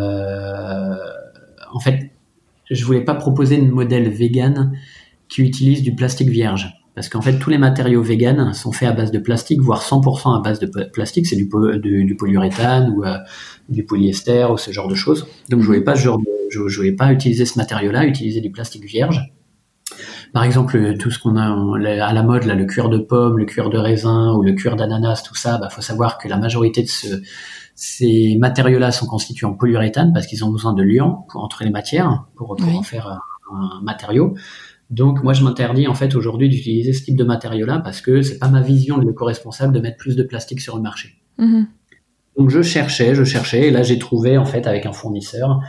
en fait, je voulais pas proposer un modèle vegan qui utilise du plastique vierge. Parce qu'en fait, tous les matériaux vegan sont faits à base de plastique, voire 100% à base de plastique. C'est du polyuréthane ou du polyester ou ce genre de choses. Donc, je voulais pas utiliser ce matériau-là, utiliser du plastique vierge. Par exemple, tout ce qu'on a à la mode, là, le cuir de pomme, le cuir de raisin ou le cuir d'ananas, tout ça, faut savoir que la majorité de ces matériaux-là sont constitués en polyuréthane parce qu'ils ont besoin de liant entre les matières pour en faire un matériau. Donc moi je m'interdis en fait aujourd'hui d'utiliser ce type de matériau-là parce que c'est pas ma vision de l'éco-responsable de mettre plus de plastique sur le marché. Donc je cherchais et là j'ai trouvé en fait avec un fournisseur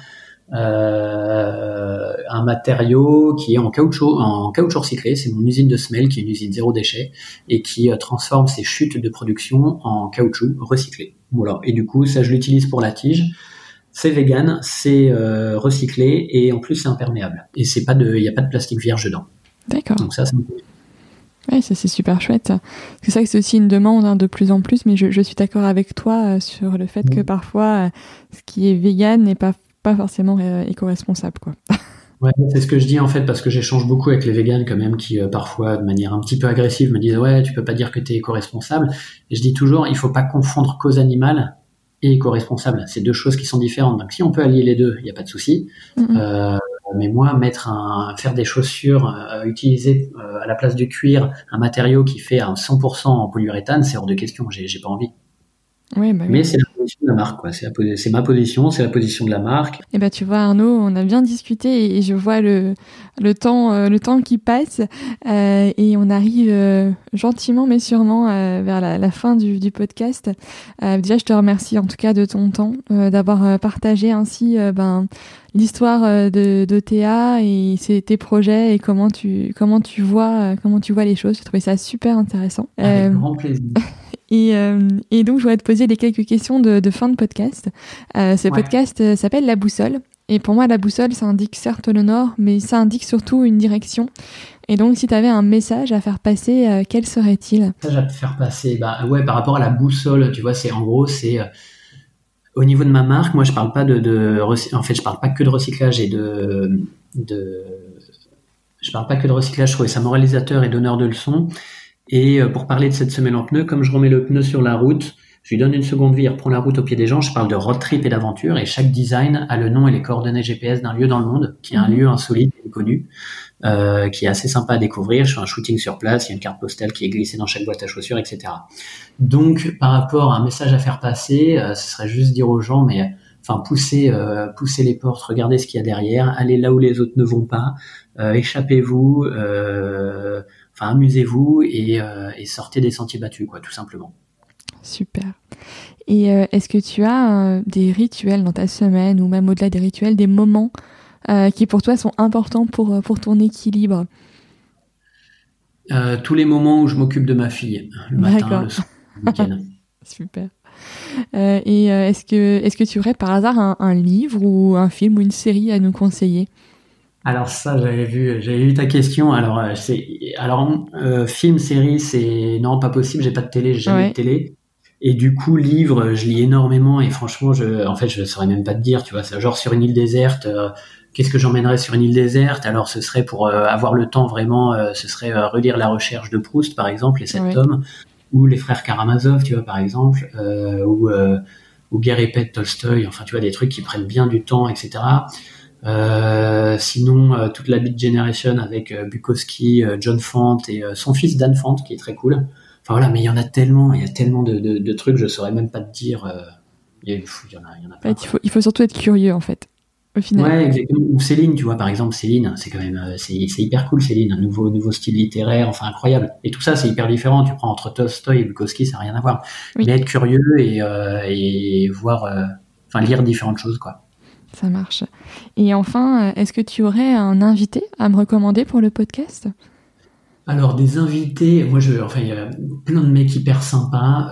un matériau qui est en caoutchouc recyclé. C'est mon usine de semelle qui est une usine zéro déchet et qui transforme ses chutes de production en caoutchouc recyclé. Voilà. Et du coup, ça je l'utilise pour la tige. C'est vegan, c'est recyclé et en plus c'est imperméable. Et il y a pas de plastique vierge dedans. D'accord. Donc ça. Ouais, ça c'est super chouette. C'est ça que c'est aussi une demande de plus en plus, mais je suis d'accord avec toi sur le fait que parfois ce qui est vegan n'est pas forcément éco-responsable, quoi. Ouais, c'est ce que je dis en fait, parce que j'échange beaucoup avec les végans quand même qui parfois de manière un petit peu agressive me disent ouais, tu peux pas dire que t'es éco-responsable. Et je dis toujours, il faut pas confondre cause animale et éco-responsable. C'est deux choses qui sont différentes. Donc si on peut allier les deux, il n'y a pas de souci. Mais moi, faire des chaussures, utiliser à la place du cuir un matériau qui fait à 100% en polyuréthane, c'est hors de question. J'ai pas envie. Oui, bah oui. Mais c'est la position de la marque, quoi. C'est ma position, c'est la position de la marque. Et tu vois, Arnaud, on a bien discuté et je vois le temps qui passe et on arrive gentiment mais sûrement vers la fin du podcast. Déjà, je te remercie en tout cas de ton temps, d'avoir partagé ainsi l'histoire d'OTA et tes projets et comment tu vois les choses. J'ai trouvé ça super intéressant. Avec grand plaisir. Et donc, je voudrais te poser les quelques questions de fin de podcast. Podcast s'appelle La Boussole. Et pour moi, la boussole, ça indique certes le nord, mais ça indique surtout une direction. Et donc, si tu avais un message à faire passer, quel serait-il ? Un message à faire passer, par rapport à la boussole, tu vois, c'est au niveau de ma marque, moi, je parle pas je parle pas que de recyclage et je parle pas que de recyclage, je trouvais ça moralisateur et donneur de leçons. Et pour parler de cette semelle en pneu, comme je remets le pneu sur la route, je lui donne une seconde vie, il reprend la route au pied des gens, je parle de road trip et d'aventure, et chaque design a le nom et les coordonnées GPS d'un lieu dans le monde, qui est un lieu insolite et connu, qui est assez sympa à découvrir. Je fais un shooting sur place, il y a une carte postale qui est glissée dans chaque boîte à chaussures, etc. Donc, par rapport à un message à faire passer, ce serait juste dire aux gens, pousser les portes, regardez ce qu'il y a derrière, allez là où les autres ne vont pas, échappez-vous, amusez-vous et sortez des sentiers battus, quoi, tout simplement. Super. Et est-ce que tu as des rituels dans ta semaine ou même au-delà des rituels, des moments qui pour toi sont importants pour ton équilibre ? Tous les moments où je m'occupe de ma fille, le matin, le soir, le week-end. Super. Et est-ce que tu aurais par hasard un livre ou un film ou une série à nous conseiller ? Alors ça, j'avais vu ta question. Alors film, série, c'est non, pas possible. J'ai pas de télé, j'ai jamais de télé. Et du coup, livre, je lis énormément et franchement, je saurais même pas te dire. Tu vois, c'est genre sur une île déserte. Qu'est-ce que j'emmènerais sur une île déserte ? Alors, ce serait pour avoir le temps vraiment. Ce serait relire La Recherche de Proust, par exemple, les 7 tomes, ou les frères Karamazov, tu vois, par exemple, ou Guerre et paix de Tolstoï. Enfin, tu vois, des trucs qui prennent bien du temps, etc. Sinon, toute la Beat Generation avec Bukowski, John Fant et son fils Dan Fant, qui est très cool. Enfin voilà, mais il y a tellement de trucs, je saurais même pas te dire. Il y en a plein. Il faut surtout être curieux en fait, au final. Ouais, exactement. Ou Céline, tu vois, par exemple, Céline, c'est quand même, c'est hyper cool, Céline, un nouveau style littéraire, enfin incroyable. Et tout ça, c'est hyper différent. Tu prends entre Tolstoï et Bukowski, ça n'a rien à voir. Oui. Mais être curieux et voir, lire différentes choses, quoi. Ça marche. Et enfin, est-ce que tu aurais un invité à me recommander pour le podcast ? Alors, des invités, il y a plein de mecs hyper sympas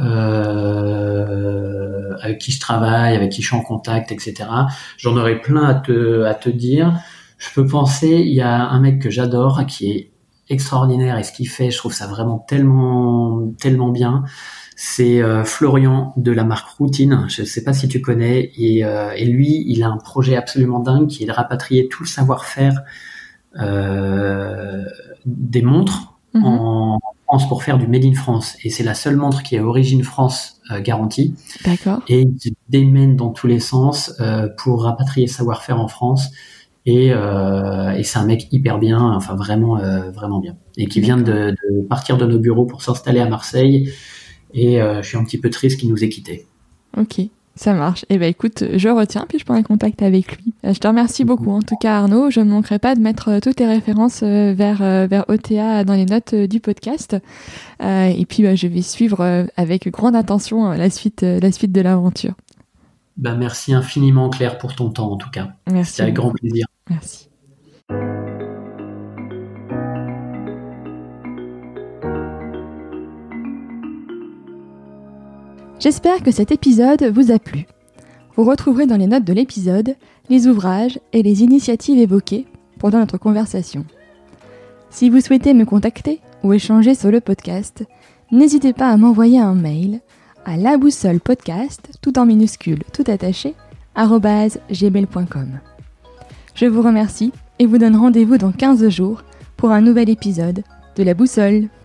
avec qui je travaille, avec qui je suis en contact, etc. J'en aurais plein à te dire. Je peux penser, il y a un mec que j'adore, qui est extraordinaire, et ce qu'il fait, je trouve ça vraiment tellement, tellement bien. C'est Florian de la marque Routine. Je ne sais pas si tu connais. Et lui, il a un projet absolument dingue qui est de rapatrier tout le savoir-faire des montres en France pour faire du Made in France. Et c'est la seule montre qui est origine France garantie. D'accord. Et il se démène dans tous les sens pour rapatrier le savoir-faire en France. Et c'est un mec hyper bien, enfin vraiment bien. Et qui vient de partir de nos bureaux pour s'installer à Marseille. Et je suis un petit peu triste qu'il nous ait quittés. Ok, ça marche. Eh ben écoute, je retiens, puis je prends un contact avec lui. Je te remercie beaucoup. En tout cas, Arnaud, je ne manquerai pas de mettre toutes tes références vers OTA dans les notes du podcast. Et puis, je vais suivre avec grande attention la suite de l'aventure. Merci infiniment, Claire, pour ton temps, en tout cas. Merci. C'était avec grand plaisir. Merci. J'espère que cet épisode vous a plu. Vous retrouverez dans les notes de l'épisode les ouvrages et les initiatives évoquées pendant notre conversation. Si vous souhaitez me contacter ou échanger sur le podcast, n'hésitez pas à m'envoyer un mail à laboussolepodcast, tout en minuscules, tout attaché, @gmail.com. Je vous remercie et vous donne rendez-vous dans 15 jours pour un nouvel épisode de La Boussole.